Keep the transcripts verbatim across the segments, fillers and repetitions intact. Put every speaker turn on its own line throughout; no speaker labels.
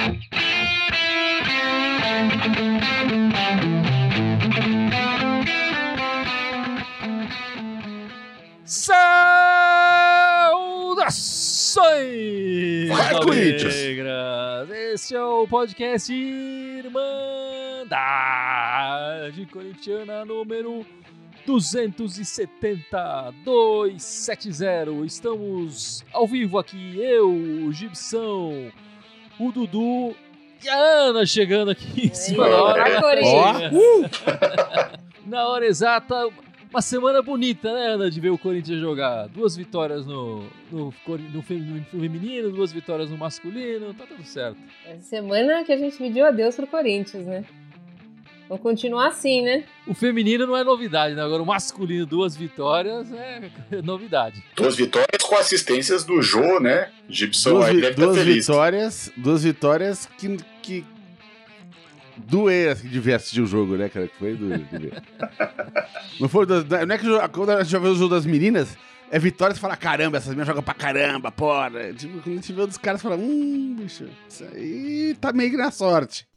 Saudações!
Vai, Corinthians!
Esse é o podcast Irmandade Corintiana número duzentos e setenta, duzentos e setenta. Estamos ao vivo aqui, eu, o Gibson, o Dudu e a Ana chegando aqui em cima da hora.
Oh.
Na hora exata. Uma semana bonita, né, Ana, de ver o Corinthians jogar. Duas vitórias no, no, no feminino, duas vitórias no masculino, tá tudo certo.
É semana que a gente pediu adeus pro Corinthians, né? Vamos continuar assim, né?
O feminino não é novidade, né? Agora o masculino, duas vitórias, é novidade.
Duas vitórias com assistências do Jô, né? Gibson
duas,
aí deve
duas
estar feliz.
Vitórias, duas vitórias que... que... doer assim, de ver assistir o jogo, né, cara? Que foi doer de ver. Não foi das, não é que quando a gente já vê o jogo das meninas, é vitória e você fala, caramba, essas meninas jogam pra caramba, porra. Tipo, quando a gente vê o dos caras, fala, hum, bicho, isso aí tá meio que na sorte.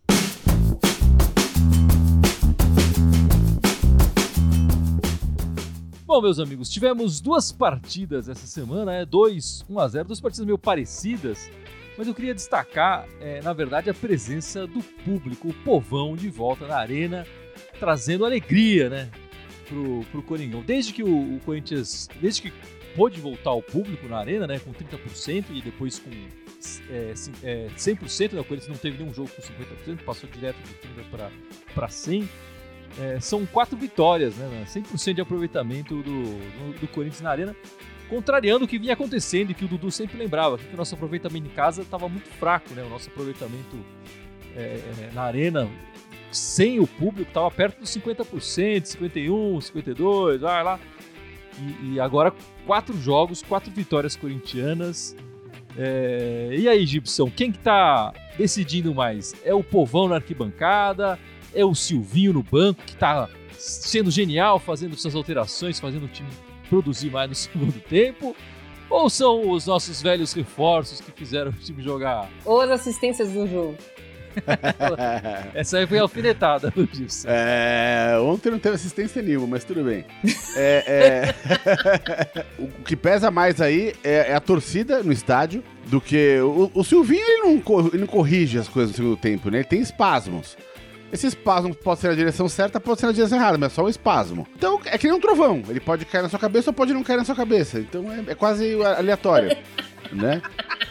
Bom, meus amigos, tivemos duas partidas essa semana, é dois, um a zero, duas partidas meio parecidas. Mas eu queria destacar, é, na verdade, a presença do público, o povão de volta na arena, trazendo alegria, né, pro, pro Coringão. Desde que o, o Corinthians, desde que pôde voltar o público na arena, né, com trinta por cento e depois com é, cem por cento, né, o Corinthians não teve nenhum jogo com cinquenta por cento, passou direto de trinta por cento para cem por cento. É, são quatro vitórias, né, cem por cento de aproveitamento do, do, do Corinthians na arena. Contrariando o que vinha acontecendo e que o Dudu sempre lembrava, que o nosso aproveitamento em casa estava muito fraco, né? O nosso aproveitamento é, na arena, sem o público, estava perto dos cinquenta por cento, cinquenta e um por cento, cinquenta e dois por cento, vai lá. E, e agora, quatro jogos, quatro vitórias corintianas. É... E aí, Gibson, quem que tá decidindo mais? É o povão na arquibancada? É o Silvinho no banco, que tá sendo genial, fazendo suas alterações, fazendo o time produzir mais no segundo tempo, ou são os nossos velhos reforços que fizeram o time jogar?
Ou as assistências do jogo.
Essa aí foi alfinetada, Gibson.
É, ontem não teve assistência nenhuma, mas tudo bem. É, é, o que pesa mais aí é, é a torcida no estádio do que... O, o Silvinho ele não, ele não corrige as coisas no segundo tempo, né? Ele tem espasmos. Esse espasmo pode ser na direção certa, pode ser na direção errada, mas é só um espasmo. Então, é que nem um trovão. Ele pode cair na sua cabeça ou pode não cair na sua cabeça. Então, é, é quase aleatório, né?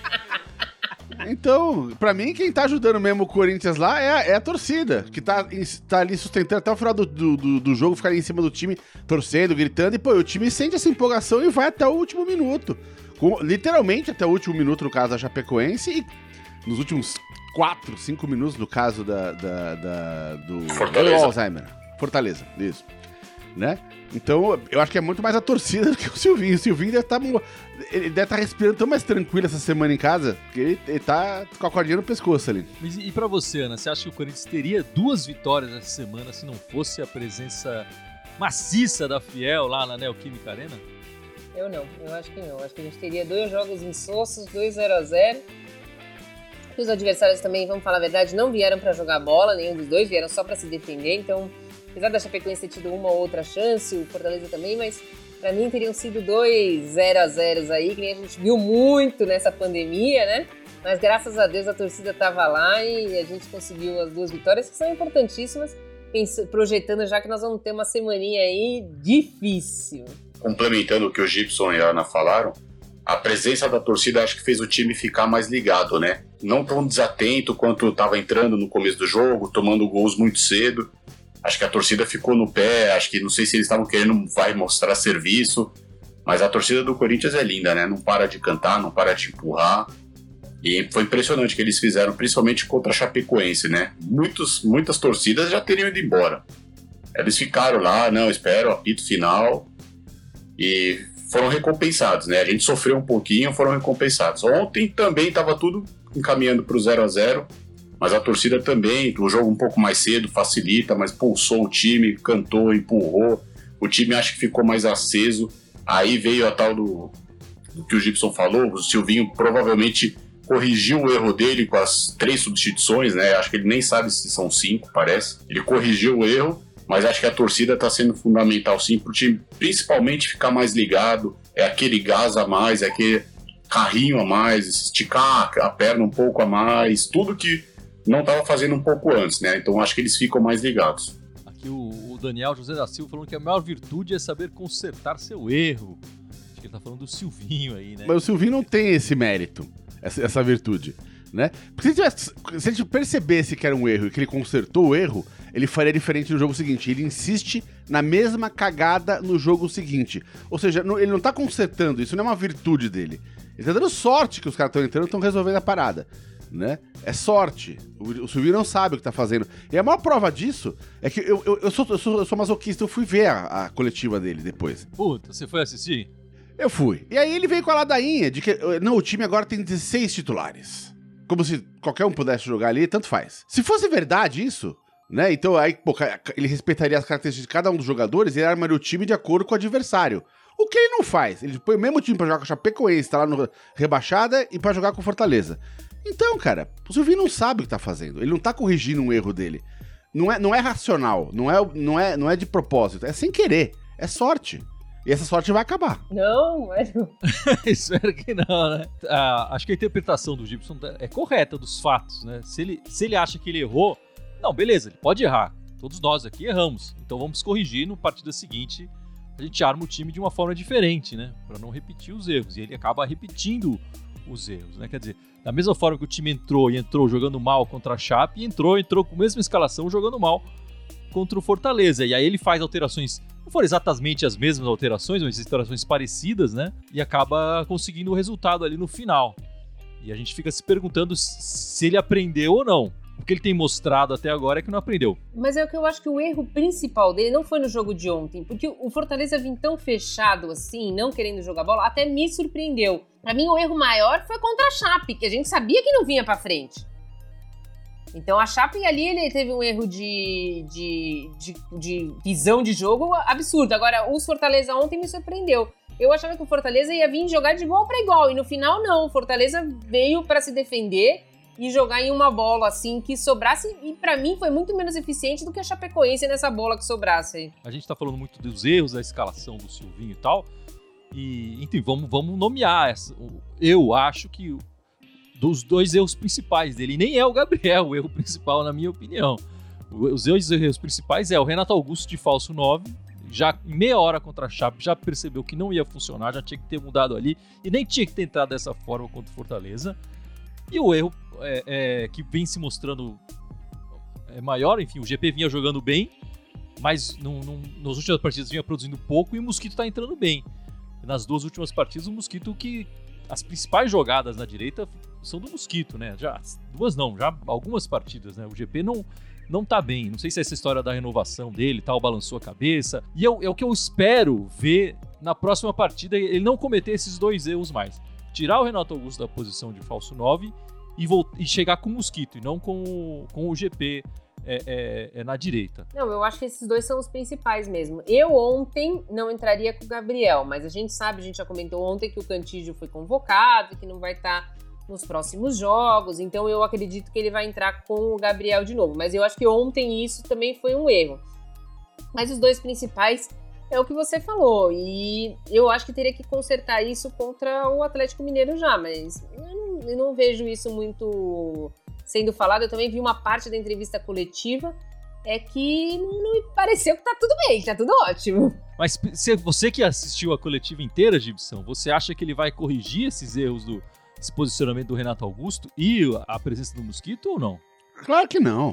Então, pra mim, quem tá ajudando mesmo o Corinthians lá é a, é a torcida, que tá, tá ali sustentando até o final do, do, do jogo, ficar ali em cima do time, torcendo, gritando. E, pô, o time sente essa empolgação e vai até o último minuto. Com, literalmente até o último minuto, no caso da Chapecoense, e nos últimos quatro, cinco minutos, no caso da, da, da do,
Fortaleza.
do Alzheimer. Fortaleza, isso. Né? Então, eu acho que é muito mais a torcida do que o Silvinho. O Silvinho deve estar ele deve estar respirando tão mais tranquilo essa semana em casa, que ele, ele tá com a cordinha no pescoço ali.
Mas e pra você, Ana? Você acha que o Corinthians teria duas vitórias essa semana se não fosse a presença maciça da Fiel lá na Neoquímica Arena?
Eu não, eu acho que não. Acho que a gente teria dois jogos insossos, dois zero a zero. Os adversários também, vamos falar a verdade, não vieram para jogar bola, nenhum dos dois, vieram só para se defender. Então, apesar da Chapecoense ter tido uma ou outra chance, o Fortaleza também, mas para mim teriam sido dois zero a zero aí, que nem a gente viu muito nessa pandemia, né? Mas graças a Deus a torcida estava lá e a gente conseguiu as duas vitórias, que são importantíssimas, projetando já que nós vamos ter uma semaninha aí difícil.
Complementando o que o Gibson e a Ana falaram, a presença da torcida acho que fez o time ficar mais ligado, né? Não tão desatento quanto estava entrando no começo do jogo, tomando gols muito cedo. Acho que a torcida ficou no pé, acho que não sei se eles estavam querendo vai mostrar serviço, mas a torcida do Corinthians é linda, né? Não para de cantar, não para de empurrar. E foi impressionante o que eles fizeram, principalmente contra a Chapecoense, né? Muitos, muitas torcidas já teriam ido embora. Eles ficaram lá, não, espero, apito final, e foram recompensados, né? A gente sofreu um pouquinho, foram recompensados. Ontem também estava tudo encaminhando para o zero a zero, mas a torcida também, o jogo um pouco mais cedo, facilita, mas pulsou o time, cantou, empurrou, o time acho que ficou mais aceso. Aí veio a tal do, do que o Gibson falou, o Silvinho provavelmente corrigiu o erro dele com as três substituições, né? Acho que ele nem sabe se são cinco, parece. Ele corrigiu o erro, mas acho que a torcida está sendo fundamental sim para o time, principalmente ficar mais ligado. É aquele gás a mais, é aquele carrinho a mais, esticar a perna um pouco a mais, tudo que não estava fazendo um pouco antes, né? Então acho que eles ficam mais ligados.
Aqui o, o Daniel José da Silva falando que a maior virtude é saber consertar seu erro. Acho que ele tá falando do Silvinho aí, né?
Mas o Silvinho não tem esse mérito, essa, essa virtude, né? Porque se ele, tivesse, se ele percebesse que era um erro e que ele consertou o erro, ele faria diferente no jogo seguinte. Ele insiste na mesma cagada no jogo seguinte. Ou seja, não, ele não tá consertando, isso não é uma virtude dele. Ele tá dando sorte que os caras estão entrando e estão resolvendo a parada, né? É sorte. O, o Silvinho não sabe o que tá fazendo. E a maior prova disso é que eu, eu, eu, sou, eu, sou, eu sou masoquista, eu fui ver a, a coletiva dele depois.
Puta, você foi assistir?
Eu fui. E aí ele veio com a ladainha de que, não, o time agora tem dezesseis titulares. Como se qualquer um pudesse jogar ali, tanto faz. Se fosse verdade isso, né? Então aí, pô, ele respeitaria as características de cada um dos jogadores e ele armaria o time de acordo com o adversário. O que ele não faz? Ele põe o mesmo time pra jogar com a Chapecoense, tá lá no rebaixada, e pra jogar com o Fortaleza. Então, cara, o Silvinho não sabe o que tá fazendo. Ele não tá corrigindo um erro dele. Não é, não é racional, não é, não, é, não é de propósito, é sem querer, é sorte. E essa sorte vai acabar.
Não, mas...
Espero que não, né? Ah, acho que a interpretação do Gibson é correta dos fatos, né? Se ele, se ele acha que ele errou, não, beleza, ele pode errar. Todos nós aqui erramos. Então vamos corrigir no partida seguinte. A gente arma o time de uma forma diferente, né? Pra não repetir os erros. E ele acaba repetindo os erros, né? Quer dizer, da mesma forma que o time entrou e entrou jogando mal contra a Chape, e entrou, entrou com a mesma escalação jogando mal contra o Fortaleza. E aí ele faz alterações, não foram exatamente as mesmas alterações, mas alterações parecidas, né? E acaba conseguindo o resultado ali no final. E a gente fica se perguntando se ele aprendeu ou não. O que ele tem mostrado até agora é que não aprendeu.
Mas é o que eu acho que o erro principal dele não foi no jogo de ontem, porque o Fortaleza vir tão fechado assim, não querendo jogar bola, até me surpreendeu. Pra mim, o erro maior foi contra a Chape, que a gente sabia que não vinha pra frente. Então a Chape ali, ele teve um erro de, de, de, de visão de jogo absurdo. Agora, o Fortaleza ontem me surpreendeu. Eu achava que o Fortaleza ia vir jogar de igual pra igual, e no final não. O Fortaleza veio pra se defender e jogar em uma bola assim que sobrasse, e pra mim foi muito menos eficiente do que a Chapecoense nessa bola que sobrasse aí.
A gente tá falando muito dos erros da escalação do Silvinho e tal, e enfim, vamos, vamos nomear essa. Eu acho que dos dois erros principais dele, e nem é o Gabriel o erro principal, na minha opinião. Os dois erros principais é o Renato Augusto de falso nove, já em meia hora contra a Chape, já percebeu que não ia funcionar, já tinha que ter mudado ali, e nem tinha que ter entrado dessa forma contra o Fortaleza. E o erro é, é, que vem se mostrando é maior, enfim, o G P vinha jogando bem, mas num, num, nas últimas partidas vinha produzindo pouco e o Mosquito tá entrando bem. Nas duas últimas partidas, o Mosquito que... As principais jogadas na direita são do Mosquito, né? Já, duas não, já algumas partidas, né? O G P não, não tá bem. Não sei se essa história da renovação dele tal, balançou a cabeça. E é, é o que eu espero ver na próxima partida, ele não cometer esses dois erros mais. Tirar o Renato Augusto da posição de falso nove e, e chegar com o Mosquito, e não com o, com o G P é, é, é na direita.
Não, eu acho que esses dois são os principais mesmo. Eu ontem não entraria com o Gabriel, mas a gente sabe, a gente já comentou ontem que o Cantígio foi convocado, que não vai estar nos próximos jogos, então eu acredito que ele vai entrar com o Gabriel de novo. Mas eu acho que ontem isso também foi um erro. Mas os dois principais é o que você falou, e eu acho que teria que consertar isso contra o Atlético Mineiro já, mas eu não, eu não vejo isso muito sendo falado. Eu também vi uma parte da entrevista coletiva, é que não, não me pareceu que tá tudo bem, que tá tudo ótimo.
Mas se você que assistiu a coletiva inteira, Gibson, você acha que ele vai corrigir esses erros do esse posicionamento do Renato Augusto e a presença do Mosquito ou não?
Claro que não.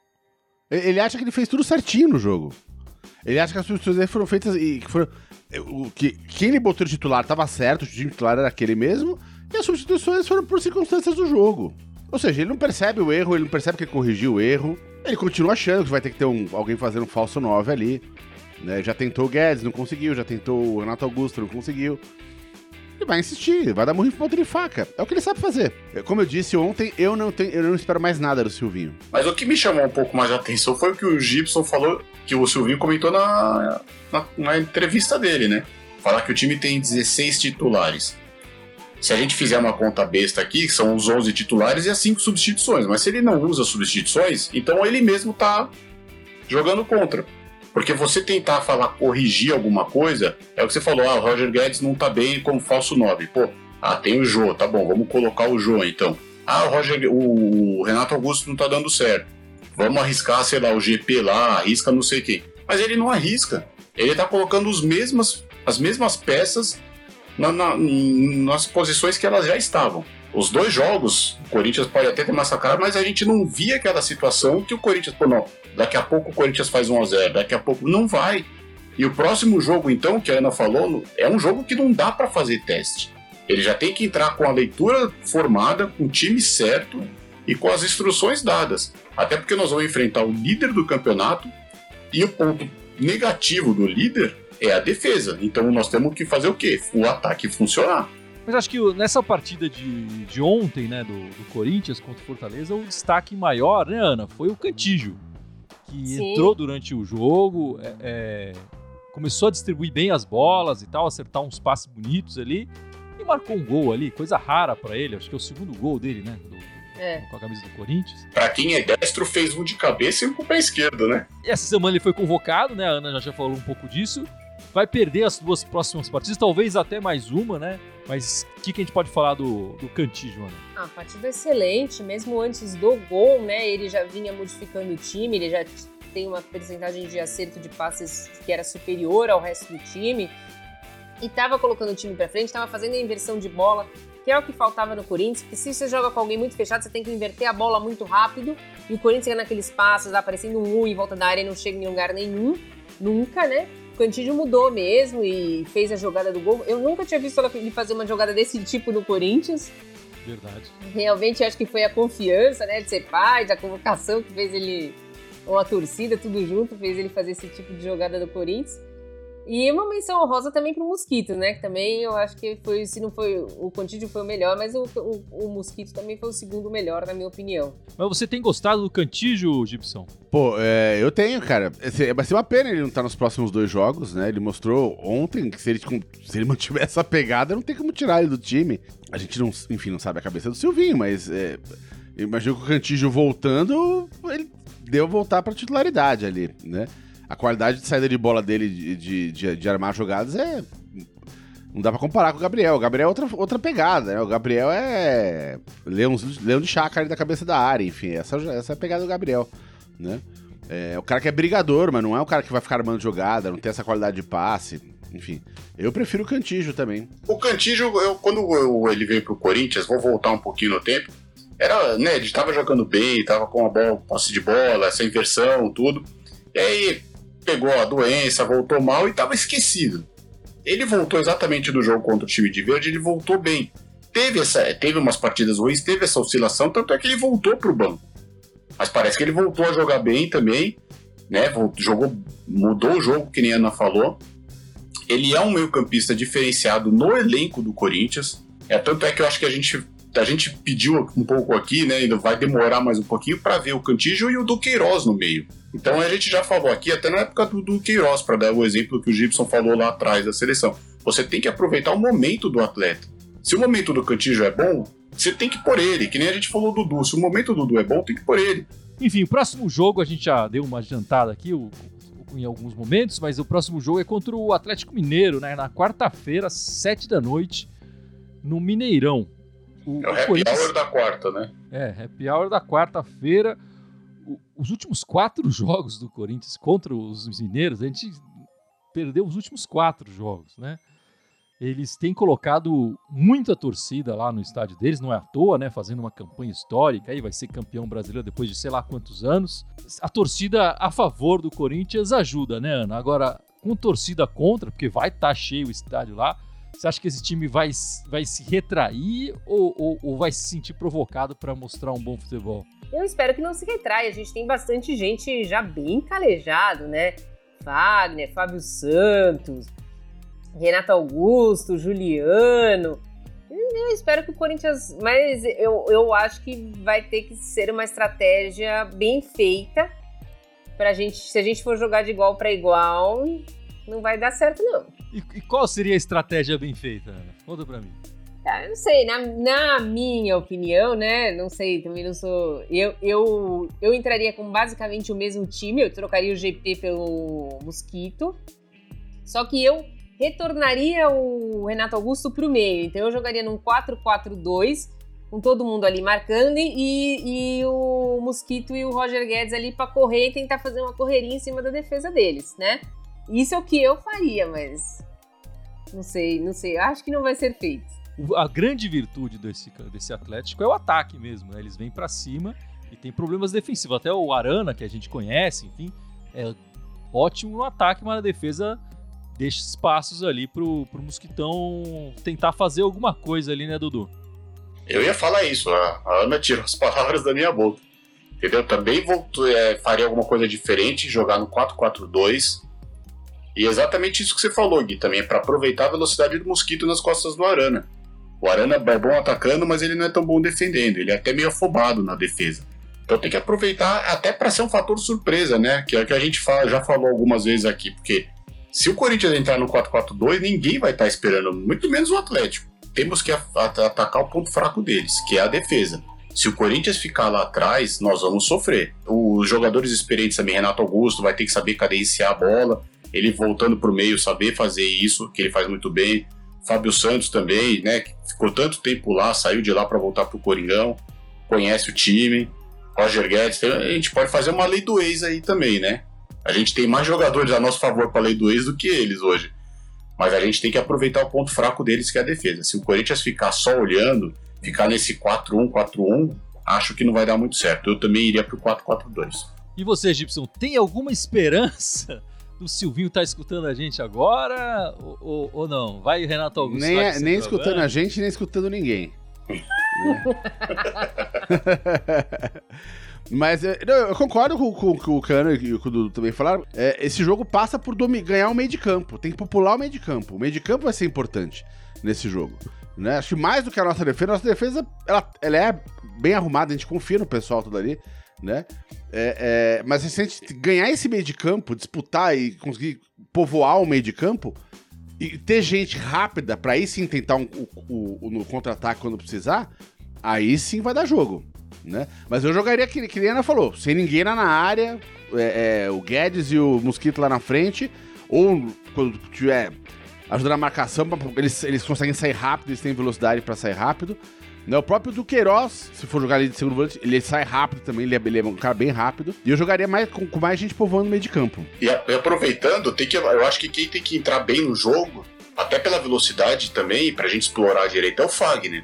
Ele acha que ele fez tudo certinho no jogo. Ele acha que as substituições foram feitas e que foram. O, que, quem ele botou de titular estava certo, o time titular era aquele mesmo, e as substituições foram por circunstâncias do jogo. Ou seja, ele não percebe o erro, ele não percebe que ele corrigiu o erro, ele continua achando que vai ter que ter um, alguém fazendo um falso nove ali. Né? Já tentou o Guedes, não conseguiu, já tentou o Renato Augusto, não conseguiu. Ele vai insistir, vai dar murro em ponta de faca. É o que ele sabe fazer. Como eu disse ontem, eu não, tenho, eu não espero mais nada do Silvinho.
Mas o que me chamou um pouco mais de atenção foi o que o Gibson falou, que o Silvinho comentou na, na, na entrevista dele, né? Falar que o time tem dezesseis titulares. Se a gente fizer uma conta besta aqui, são os onze titulares e as cinco substituições. Mas se ele não usa substituições, então ele mesmo tá jogando contra. Porque você tentar falar, corrigir alguma coisa, é o que você falou, ah, o Roger Guedes não tá bem como falso nove. Pô, ah, tem o Jô, tá bom, vamos colocar o Jô então. Ah, o, Roger, o Renato Augusto não tá dando certo. Vamos arriscar, sei lá, o G P lá, arrisca não sei quem. Mas ele não arrisca. Ele tá colocando os mesmas, as mesmas peças na, na, nas posições que elas já estavam. Os dois jogos, o Corinthians pode até ter massacrado, mas a gente não via aquela situação que o Corinthians, pô, não, daqui a pouco o Corinthians faz um a zero, daqui a pouco não vai. E o próximo jogo, então, que a Ana falou, é um jogo que não dá para fazer teste. Ele já tem que entrar com a leitura formada, com o time certo e com as instruções dadas. Até porque nós vamos enfrentar o líder do campeonato e o ponto negativo do líder é a defesa. Então nós temos que fazer o quê? O ataque funcionar.
Mas acho que nessa partida de, de ontem, né, do, do Corinthians contra o Fortaleza, o destaque maior, né, Ana, foi o Cantillo, que Sim. entrou durante o jogo, é, é, começou a distribuir bem as bolas e tal, acertar uns passes bonitos ali, e marcou um gol ali, coisa rara pra ele, acho que é o segundo gol dele, né, do, é. com a camisa do Corinthians.
Pra quem é destro, fez um de cabeça e um com o pé esquerdo, né?
E essa semana ele foi convocado, né, a Ana já, já falou um pouco disso, vai perder as duas próximas partidas, talvez até mais uma, né? Mas o que, que a gente pode falar do, do Cantillo, Ana?
Ah, partida excelente, mesmo antes do gol, né? Ele já vinha modificando o time, ele já tem uma percentagem de acerto de passes que era superior ao resto do time. E tava colocando o time pra frente, tava fazendo a inversão de bola, que é o que faltava no Corinthians, porque se você joga com alguém muito fechado, você tem que inverter a bola muito rápido, e o Corinthians fica naqueles passos, aparecendo um U em volta da área e não chega em lugar nenhum, nunca, né? O Cantillo mudou mesmo e fez a jogada do gol. Eu nunca tinha visto ele fazer uma jogada desse tipo no Corinthians.
Verdade.
Realmente acho que foi a confiança, né, de ser pai, da convocação que fez ele, ou a torcida, tudo junto, fez ele fazer esse tipo de jogada do Corinthians. E uma menção honrosa também pro Mosquito, né, que também eu acho que foi, se não foi, o Cantillo foi o melhor, mas o, o, o Mosquito também foi o segundo melhor, na minha opinião.
Mas você tem gostado do Cantillo, Gibson?
Pô, é, eu tenho, cara. Vai ser uma pena ele não estar nos próximos dois jogos, né? Ele mostrou ontem que se ele, se ele mantiver essa pegada, não tem como tirar ele do time. A gente, não, enfim, não sabe a cabeça do Silvinho, mas é, eu imagino que o Cantillo voltando, ele deu voltar pra titularidade ali, né? A qualidade de saída de bola dele, de, de, de armar jogadas, é... Não dá pra comparar com o Gabriel. O Gabriel é outra, outra pegada, né? O Gabriel é leão, leão de chácara ali da cabeça da área, enfim. Essa, essa é a pegada do Gabriel, né? É o cara que é brigador, mas não é o cara que vai ficar armando jogada, não tem essa qualidade de passe, enfim. Eu prefiro o Cantillo também.
O Cantillo, eu, quando eu, ele veio pro Corinthians, vou voltar um pouquinho no tempo, era, né, ele tava jogando bem, tava com a bola, posse de bola, essa inversão, tudo. E aí pegou a doença, voltou mal e tava esquecido. Ele voltou exatamente do jogo contra o time de verde, ele voltou bem. Teve, essa, teve umas partidas ruins, teve essa oscilação, tanto é que ele voltou pro banco. Mas parece que ele voltou a jogar bem também, né? Jogou, mudou o jogo, que nem a Ana falou. Ele é um meio-campista diferenciado no elenco do Corinthians. É, tanto é que eu acho que a gente, a gente pediu um pouco aqui, né? Ainda vai demorar mais um pouquinho para ver o Cantillo e o Duqueiroz no meio. Então a gente já falou aqui, até na época do Duqueiroz, para dar o exemplo que o Gibson falou lá atrás da seleção. Você tem que aproveitar o momento do atleta. Se o momento do Cantillo é bom, você tem que pôr ele, que nem a gente falou do Dudu. Se o momento do Dudu é bom, tem que pôr ele.
Enfim, o próximo jogo, a gente já deu uma adiantada aqui o, o, em alguns momentos, mas o próximo jogo é contra o Atlético Mineiro, né? Na quarta-feira, sete da noite, no Mineirão.
O, é o happy Corinthians... hour da quarta, né?
É, happy hour da quarta-feira. Os últimos quatro jogos do Corinthians contra os mineiros, a gente perdeu os últimos quatro jogos, né? Eles têm colocado muita torcida lá no estádio deles, não é à toa, né? Fazendo uma campanha histórica, aí vai ser campeão brasileiro depois de sei lá quantos anos. A torcida a favor do Corinthians ajuda, né, Ana? Agora, com torcida contra, porque vai estar tá cheio o estádio lá, você acha que esse time vai, vai se retrair ou, ou, ou vai se sentir provocado para mostrar um bom futebol?
Eu espero que não se retraia. A gente tem bastante gente já bem calejado, né? Wagner, Fábio Santos, Renato Augusto, Juliano. Eu espero que o Corinthians... Mas eu, eu acho que vai ter que ser uma estratégia bem feita pra gente... Se a gente for jogar de igual para igual, não vai dar certo, não.
E, e qual seria a estratégia bem feita, Ana? Conta pra mim.
Ah, não sei, na, na minha opinião, né? Não sei, também não sou. Eu, eu, eu entraria com basicamente o mesmo time, eu trocaria o G P pelo Mosquito. Só que eu retornaria o Renato Augusto pro meio. Então eu jogaria num quatro quatro dois, com todo mundo ali marcando, e, e o Mosquito e o Roger Guedes ali pra correr e tentar fazer uma correria em cima da defesa deles, né? Isso é o que eu faria, mas. Não sei, não sei. Acho que não vai ser feito.
A grande virtude desse, desse Atlético é o ataque mesmo, né? Eles vêm pra cima e tem problemas defensivos. Até o Arana, que a gente conhece, enfim, é ótimo no ataque, mas na defesa deixa espaços ali pro, pro Mosquitão tentar fazer alguma coisa ali, né, Dudu?
Eu ia falar isso, a, a Ana tirou as palavras da minha boca. Entendeu? Também vou, é, faria alguma coisa diferente, jogar no quatro quatro dois. E exatamente isso que você falou, Gui, também é pra aproveitar a velocidade do Mosquito nas costas do Arana. O Arana é bom atacando, mas ele não é tão bom defendendo. Ele é até meio afobado na defesa. Então tem que aproveitar até para ser um fator surpresa, né? Que é o que a gente fala, já falou algumas vezes aqui. Porque se o Corinthians entrar no quatro quatro dois, ninguém vai estar esperando, muito menos o Atlético. Temos que atacar o ponto fraco deles, que é a defesa. Se o Corinthians ficar lá atrás, nós vamos sofrer. Os jogadores experientes também, Renato Augusto, vai ter que saber cadenciar a bola. Ele voltando pro meio, saber fazer isso, que ele faz muito bem. Fábio Santos também, né, que ficou tanto tempo lá, saiu de lá para voltar pro Coringão, conhece o time. Roger Guedes, a gente pode fazer uma lei do ex aí também, né? A gente tem mais jogadores a nosso favor para a lei do ex do que eles hoje. Mas a gente tem que aproveitar o ponto fraco deles, que é a defesa. Se o Corinthians ficar só olhando, ficar nesse quatro um quatro um, acho que não vai dar muito certo. Eu também iria pro quatro quatro dois.
E você, Gibson, tem alguma esperança do Silvinho tá escutando a gente agora ou, ou, ou não? Vai o Renato Augusto?
Nem, é, nem escutando a gente, nem escutando ninguém. Né? Mas eu, eu concordo com, com, com o Cano e com o Dudu também falaram. É, esse jogo passa por ganhar o meio de campo. Tem que popular o meio de campo. O meio de campo vai ser importante nesse jogo. Né? Acho que mais do que a nossa defesa, a nossa defesa ela, ela é bem arrumada, a gente confia no pessoal todo ali. Né? É, é, mas se a gente ganhar esse meio de campo, disputar e conseguir povoar o meio de campo e ter gente rápida pra aí sim tentar um, o, o, no contra-ataque quando precisar, aí sim vai dar jogo, né? Mas eu jogaria, que, que a Ana falou, sem ninguém lá na área, é, é, o Guedes e o Mosquito lá na frente, ou quando tiver ajudando a marcação, eles, eles conseguem sair rápido, eles têm velocidade pra sair rápido. Né, o próprio Duqueiroz, se for jogar ali de segundo volante, ele sai rápido também, ele é, ele é um cara bem rápido. E eu jogaria mais, com, com mais gente povoando no meio de campo.
E, a, e aproveitando, tem que, eu acho que quem tem que entrar bem no jogo, até pela velocidade também, pra gente explorar direito, é o Fagner.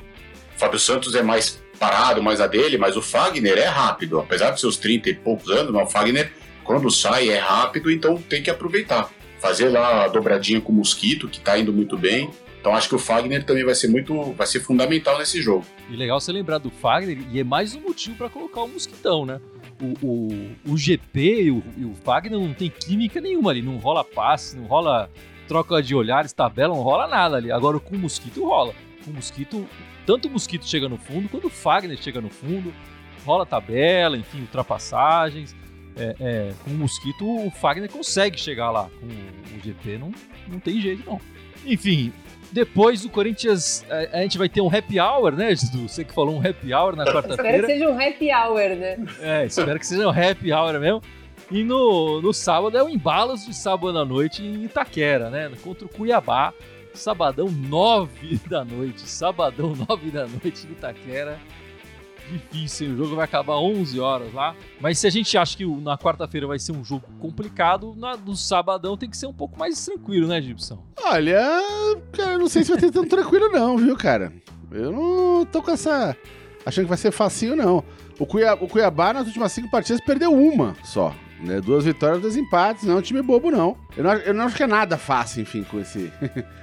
O Fábio Santos é mais parado, mais a dele, mas o Fagner é rápido. Apesar de seus trinta e poucos anos, mas o Fagner, quando sai, é rápido, então tem que aproveitar. Fazer lá a dobradinha com o Mosquito, que tá indo muito bem. Então acho que o Fagner também vai ser muito, vai ser fundamental nesse jogo.
E legal você lembrar do Fagner, e é mais um motivo para colocar o Mosquitão, né? O, o, o G P e o, e o Fagner não tem química nenhuma ali, não rola passe, não rola troca de olhares, tabela, não rola nada ali. Agora com o Mosquito rola. Com o Mosquito, tanto o Mosquito chega no fundo, quanto o Fagner chega no fundo, rola tabela, enfim, ultrapassagens. É, é, com o Mosquito o Fagner consegue chegar lá, com o G P não, não tem jeito não. Enfim... Depois do Corinthians, a, a gente vai ter um happy hour, né, Dudu? Você que falou um happy hour na quarta-feira.
Espero que seja um happy hour, né?
É, espero que seja um happy hour mesmo. E no, no sábado é o embalos de sábado à noite em Itaquera, né? Contra o Cuiabá. Sabadão, nove da noite. Sabadão, nove da noite em Itaquera. Difícil, o jogo vai acabar onze horas lá. Mas se a gente acha que na quarta-feira vai ser um jogo complicado, na, no sabadão tem que ser um pouco mais tranquilo, né, Gibson?
Olha, cara, eu não sei se vai ter tão tranquilo não, viu, cara? Eu não tô com essa... achando que vai ser facinho, não. O Cuiabá, o Cuiabá nas últimas cinco partidas perdeu uma só. Né? Duas vitórias, dois empates. Não é um time bobo, não. Eu não, eu não acho que é nada fácil, enfim, com esse...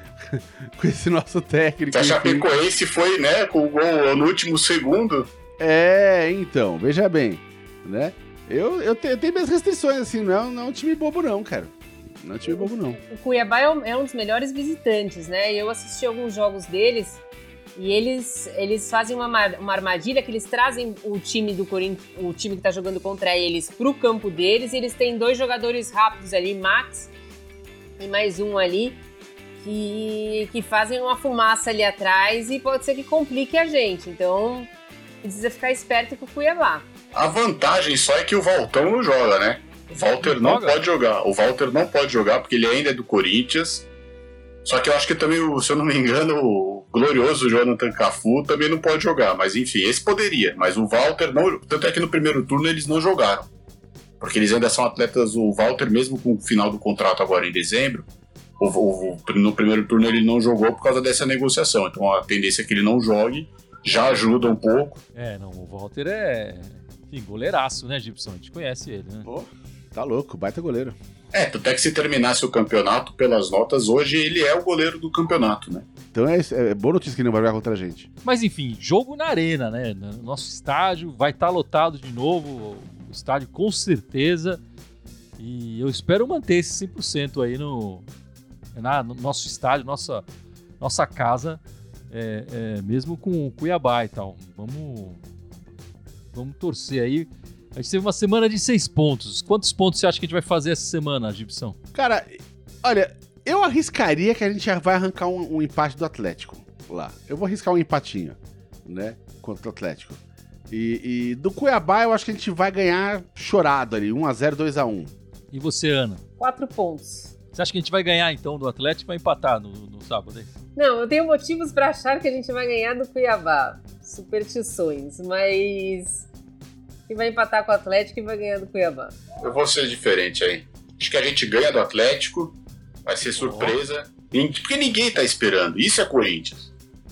com esse nosso técnico.
Se a Chapecoense foi, né, com o gol no último segundo...
É, então, veja bem, né? Eu, eu, te, eu tenho minhas restrições, assim, não é, não é um time bobo não, cara. Não é um time bobo não.
O Cuiabá é um, é um dos melhores visitantes, né? Eu assisti alguns jogos deles e eles, eles fazem uma, uma armadilha que eles trazem o time do Corinthians, o time que tá jogando contra eles pro campo deles, e eles têm dois jogadores rápidos ali, Max e mais um ali, que, que fazem uma fumaça ali atrás e pode ser que complique a gente. Então, precisa ficar esperto com o Cuiabá.
A vantagem só é que o Valtão não joga, né? O Walter não pode jogar. O Walter não pode jogar porque ele ainda é do Corinthians. Só que eu acho que também, se eu não me engano, o glorioso Jonathan Cafu também não pode jogar. Mas enfim, esse poderia. Mas o Walter não... Tanto é que no primeiro turno eles não jogaram. Porque eles ainda são atletas... O Walter, mesmo com o final do contrato agora em dezembro, o, o, no primeiro turno ele não jogou por causa dessa negociação. Então a tendência é que ele não jogue. Já ajuda um pouco.
É, não, o Walter é... Enfim, goleiraço, né, Gibson? A gente conhece ele, né?
Pô, tá louco, baita goleiro.
É, tanto é que se terminasse o campeonato pelas notas, hoje ele é o goleiro do campeonato, né?
Então é, é boa notícia que ele não vai jogar contra a gente.
Mas enfim, jogo na arena, né? No nosso estádio vai estar lotado de novo, o estádio com certeza. E eu espero manter esse cem por cento aí no, na, no nosso estádio, nossa, nossa casa, é, é, mesmo com o Cuiabá e tal. Vamos, vamos torcer aí. A gente teve uma semana de seis pontos. Quantos pontos você acha que a gente vai fazer essa semana, Gibson?
Cara, olha, eu arriscaria que a gente já vai arrancar um, um empate do Atlético lá. Eu vou arriscar um empatinho, né, contra o Atlético. E, e do Cuiabá eu acho que a gente vai ganhar chorado ali, um a zero, dois a um.
E você, Ana?
Quatro pontos.
Você acha que a gente vai ganhar, então, do Atlético e vai empatar no, no sábado? Hein?
Não, eu tenho motivos pra achar que a gente vai ganhar do Cuiabá. Superstições, mas... que vai empatar com o Atlético e vai ganhar do Cuiabá.
Eu vou ser diferente aí. Acho que a gente ganha do Atlético, vai ser surpresa, oh. porque ninguém tá esperando. Isso é Corinthians.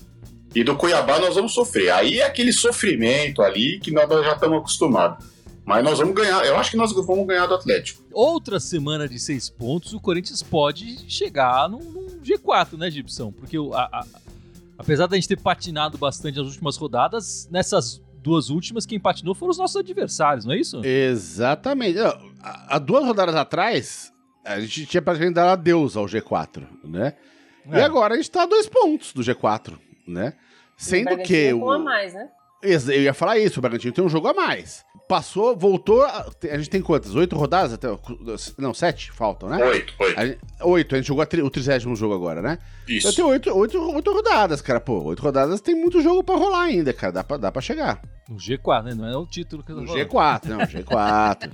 E do Cuiabá nós vamos sofrer. Aí é aquele sofrimento ali que nós já estamos acostumados. Mas nós vamos ganhar, eu acho que nós vamos ganhar do Atlético.
Outra semana de seis pontos, o Corinthians pode chegar num, num G quatro, né, Gibson? Porque a, a, apesar da gente ter patinado bastante nas últimas rodadas, nessas duas últimas, quem patinou foram os nossos adversários, não é isso?
Exatamente. Há duas rodadas atrás, a gente tinha praticamente dado adeus ao G quatro, né? É. E agora a gente tá a dois pontos do G quatro, né? Sendo que...
Um a mais, né?
Eu ia falar isso, o Bragantino tem um jogo a mais. Passou, voltou, a, a gente tem quantas? Oito rodadas? Até, não, sete faltam, né?
Oito, oito.
A gente, oito, a gente jogou a tri, o trigésimo jogo agora, né?
Isso.
Então tem oito, oito, oito rodadas, cara. Pô, oito rodadas tem muito jogo pra rolar ainda, cara. Dá pra, dá pra chegar.
No G quatro, né? Não é o título que eu tô
no
falando.
G quatro, não, G quatro.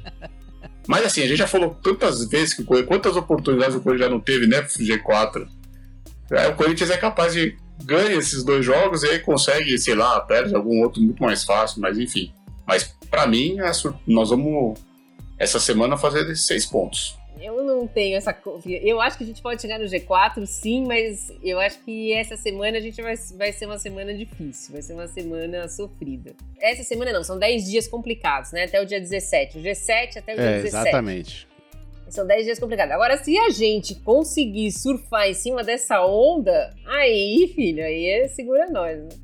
Mas assim, a gente já falou tantas vezes que quantas oportunidades o Corinthians já não teve, né, pro G quatro. Aí o Corinthians é capaz de ganhar esses dois jogos e aí consegue, sei lá, perde algum outro muito mais fácil, mas enfim. Mas pra mim, nós vamos essa semana fazer seis pontos.
Eu não tenho essa confiança. Eu acho que a gente pode chegar no G quatro, sim, mas eu acho que essa semana a gente vai, vai ser uma semana difícil, vai ser uma semana sofrida. Essa semana não, são dez dias complicados, né? Até o dia dezessete. O G sete até o dia
é,
dezessete.
Exatamente.
São dez dias complicados. Agora, se a gente conseguir surfar em cima dessa onda, aí, filho, aí é segura nós, né?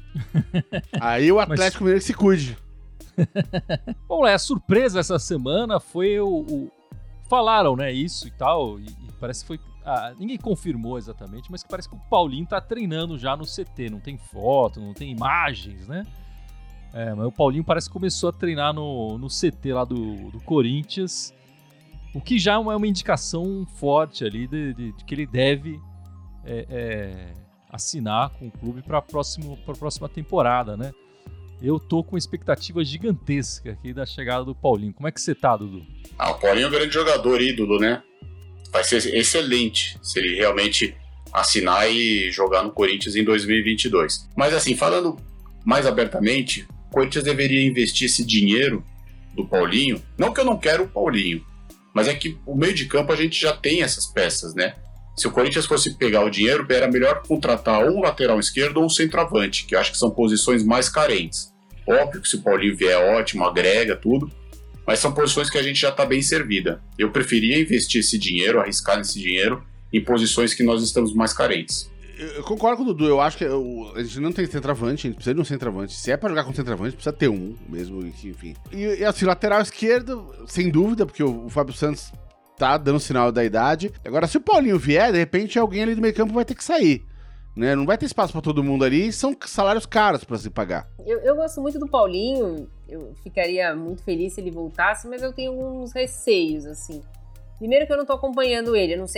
Aí o Atlético Mineiro que se cuide.
Bom, é, a surpresa essa semana foi o... o... Falaram, né, isso e tal, e, e parece que foi... Ah, ninguém confirmou exatamente, mas que parece que o Paulinho tá treinando já no C T. Não tem foto, não tem imagens, né? É, mas o Paulinho parece que começou a treinar no, no C T lá do, do Corinthians. O que já é uma indicação forte ali de, de, de que ele deve é, é, assinar com o clube para a próxima temporada, né? Eu tô com expectativa gigantesca aqui da chegada do Paulinho. Como é que você tá, Dudu?
Ah, o Paulinho é um grande jogador, ídolo, né? Vai ser excelente se ele realmente assinar e jogar no Corinthians em dois mil e vinte e dois. Mas assim, falando mais abertamente, o Corinthians deveria investir esse dinheiro do Paulinho. Não que eu não quero o Paulinho, mas é que o meio de campo a gente já tem essas peças, né? Se o Corinthians fosse pegar o dinheiro, era melhor contratar ou um lateral esquerdo ou um centroavante, que eu acho que são posições mais carentes. Óbvio que se o Paulinho vier, é ótimo, agrega tudo, mas são posições que a gente já está bem servida. Eu preferia investir esse dinheiro, arriscar esse dinheiro, em posições que nós estamos mais carentes.
Eu concordo com o Dudu, eu acho que eu, a gente não tem centroavante, a gente precisa de um centroavante. Se é pra jogar com centroavante, precisa ter um mesmo, enfim. E, e assim, lateral esquerdo, sem dúvida, porque o, o Fábio Santos tá dando sinal da idade. Agora, se o Paulinho vier, de repente alguém ali do meio campo vai ter que sair, né? Não vai ter espaço pra todo mundo ali, são salários caros pra se pagar.
Eu, eu gosto muito do Paulinho, eu ficaria muito feliz se ele voltasse, mas eu tenho alguns receios, assim. Primeiro que eu não tô acompanhando ele, eu não sei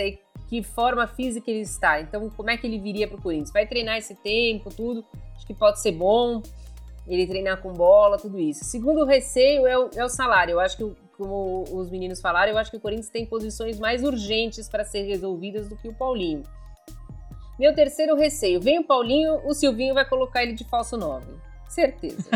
que forma física ele está. Então, como é que ele viria para o Corinthians? Vai treinar esse tempo, tudo. Acho que pode ser bom ele treinar com bola, tudo isso. Segundo receio é o, é o salário. Eu acho que, como os meninos falaram, eu acho que o Corinthians tem posições mais urgentes para ser resolvidas do que o Paulinho. Meu terceiro receio. Vem o Paulinho, o Silvinho vai colocar ele de falso nove. Certeza.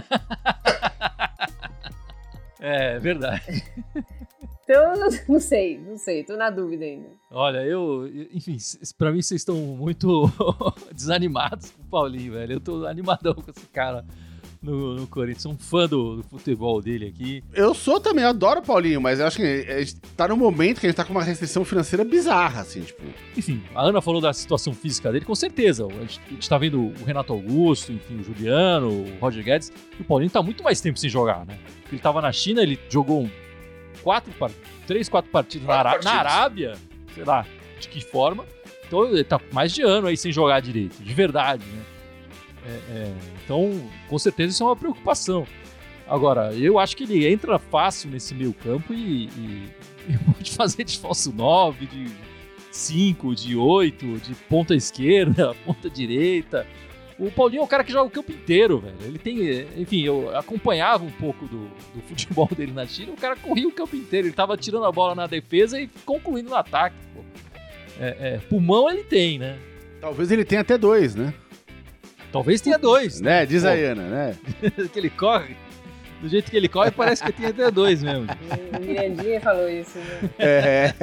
É, verdade.
Então, não sei, não sei. Tô na dúvida ainda.
Olha, eu... Enfim, pra mim vocês estão muito desanimados com o Paulinho, velho. Eu tô animadão com esse cara no, no Corinthians. Sou um fã do, do futebol dele aqui.
Eu sou também, eu adoro o Paulinho, mas eu acho que a gente tá num momento que a gente tá com uma restrição financeira bizarra, assim, tipo...
Enfim, a Ana falou da situação física dele, com certeza. A gente, a gente tá vendo o Renato Augusto, enfim, o Juliano, o Roger Guedes. E o Paulinho tá muito mais tempo sem jogar, né? Ele tava na China, ele jogou quatro, três, quatro partidas
quatro
na, Ará-
partidas.
na Arábia, sei lá de que forma. Então ele tá mais de ano aí sem jogar direito, de verdade, né? É, é, então, com certeza isso é uma preocupação. Agora, eu acho que ele entra fácil nesse meio campo e, e, e pode fazer de falso nove, de cinco, de oito, de ponta esquerda, ponta direita. O Paulinho é um cara que joga o campo inteiro, velho. Ele tem, enfim, eu acompanhava um pouco do, do futebol dele na China, o cara corria o campo inteiro, ele tava tirando a bola na defesa e concluindo no ataque, pô. É, é, pulmão ele tem, né?
Talvez ele tenha até dois, né?
Talvez tenha dois, né?
Né? Diz
Pô.
a Ana, né?
Que ele corre, do jeito que ele corre, parece que tem até dois mesmo.
O Mirandinha falou isso, né?
É.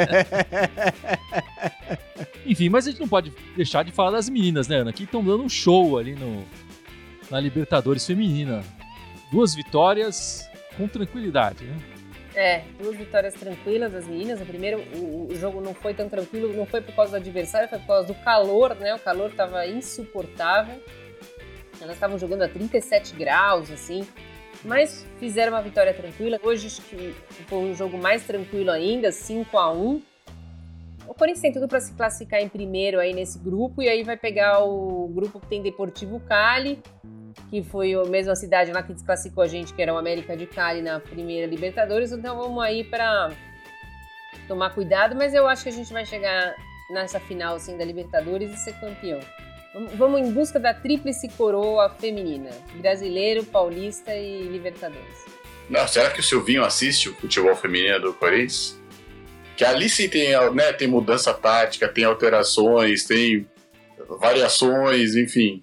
Enfim, mas a gente não pode deixar de falar das meninas, né, Ana? Que estão dando um show ali no, na Libertadores Feminina. Duas vitórias com tranquilidade, né?
É, duas vitórias tranquilas das meninas. O primeiro, o, o jogo não foi tão tranquilo, não foi por causa do adversário, foi por causa do calor, né? O calor estava insuportável. Elas estavam jogando a trinta e sete graus, assim, mas fizeram uma vitória tranquila. Hoje acho que foi um jogo mais tranquilo ainda, cinco a um. O Corinthians tem tudo para se classificar em primeiro aí nesse grupo, e aí vai pegar o grupo que tem Deportivo Cali, que foi a mesma cidade lá que desclassificou a gente, que era o América de Cali na primeira Libertadores. Então vamos aí para tomar cuidado, mas eu acho que a gente vai chegar nessa final assim, da Libertadores e ser campeão. Vamos em busca da tríplice coroa feminina, brasileiro, paulista e Libertadores.
Não, será que o Silvinho assiste o futebol feminino do Corinthians? Que ali sim tem, né, tem mudança tática, tem alterações, tem variações, enfim.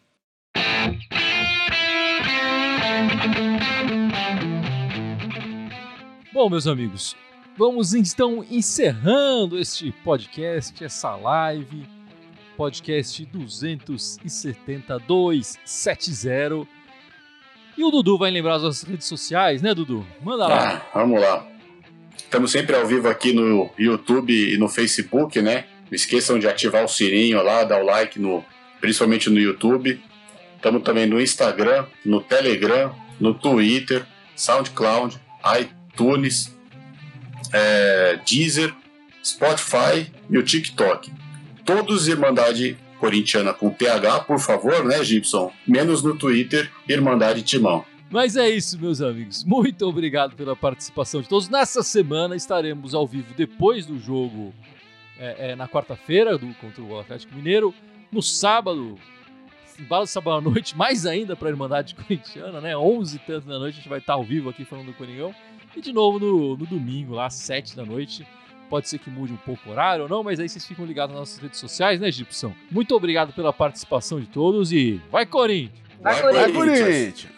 Bom, meus amigos, vamos então encerrando este podcast, essa live, podcast duzentos e setenta, duzentos e setenta. E o Dudu vai lembrar as nossas redes sociais, né, Dudu? Manda lá.
Ah, vamos lá. Estamos sempre ao vivo aqui no YouTube e no Facebook, né? Não esqueçam de ativar o sininho lá, dar o like, no, principalmente no YouTube. Estamos também no Instagram, no Telegram, no Twitter, SoundCloud, iTunes, é, Deezer, Spotify e o TikTok. Todos Irmandade Corintiana com T H, por favor, né, Gibson? Menos no Twitter, Irmandade Timão.
Mas é isso, meus amigos. Muito obrigado pela participação de todos. Nessa semana estaremos ao vivo depois do jogo é, é, na quarta-feira do, contra o Atlético Mineiro. No sábado, embalo sábado à noite, mais ainda para a Irmandade Corintiana, né? onze e tanto da noite a gente vai estar ao vivo aqui falando do Coringão. E de novo no, no domingo, lá às sete da noite. Pode ser que mude um pouco o horário ou não, mas aí vocês ficam ligados nas nossas redes sociais, né, Gibson? Muito obrigado pela participação de todos e vai, Corinthians!
Vai,
Vai,
Corinthians!
Vai, Corinthians!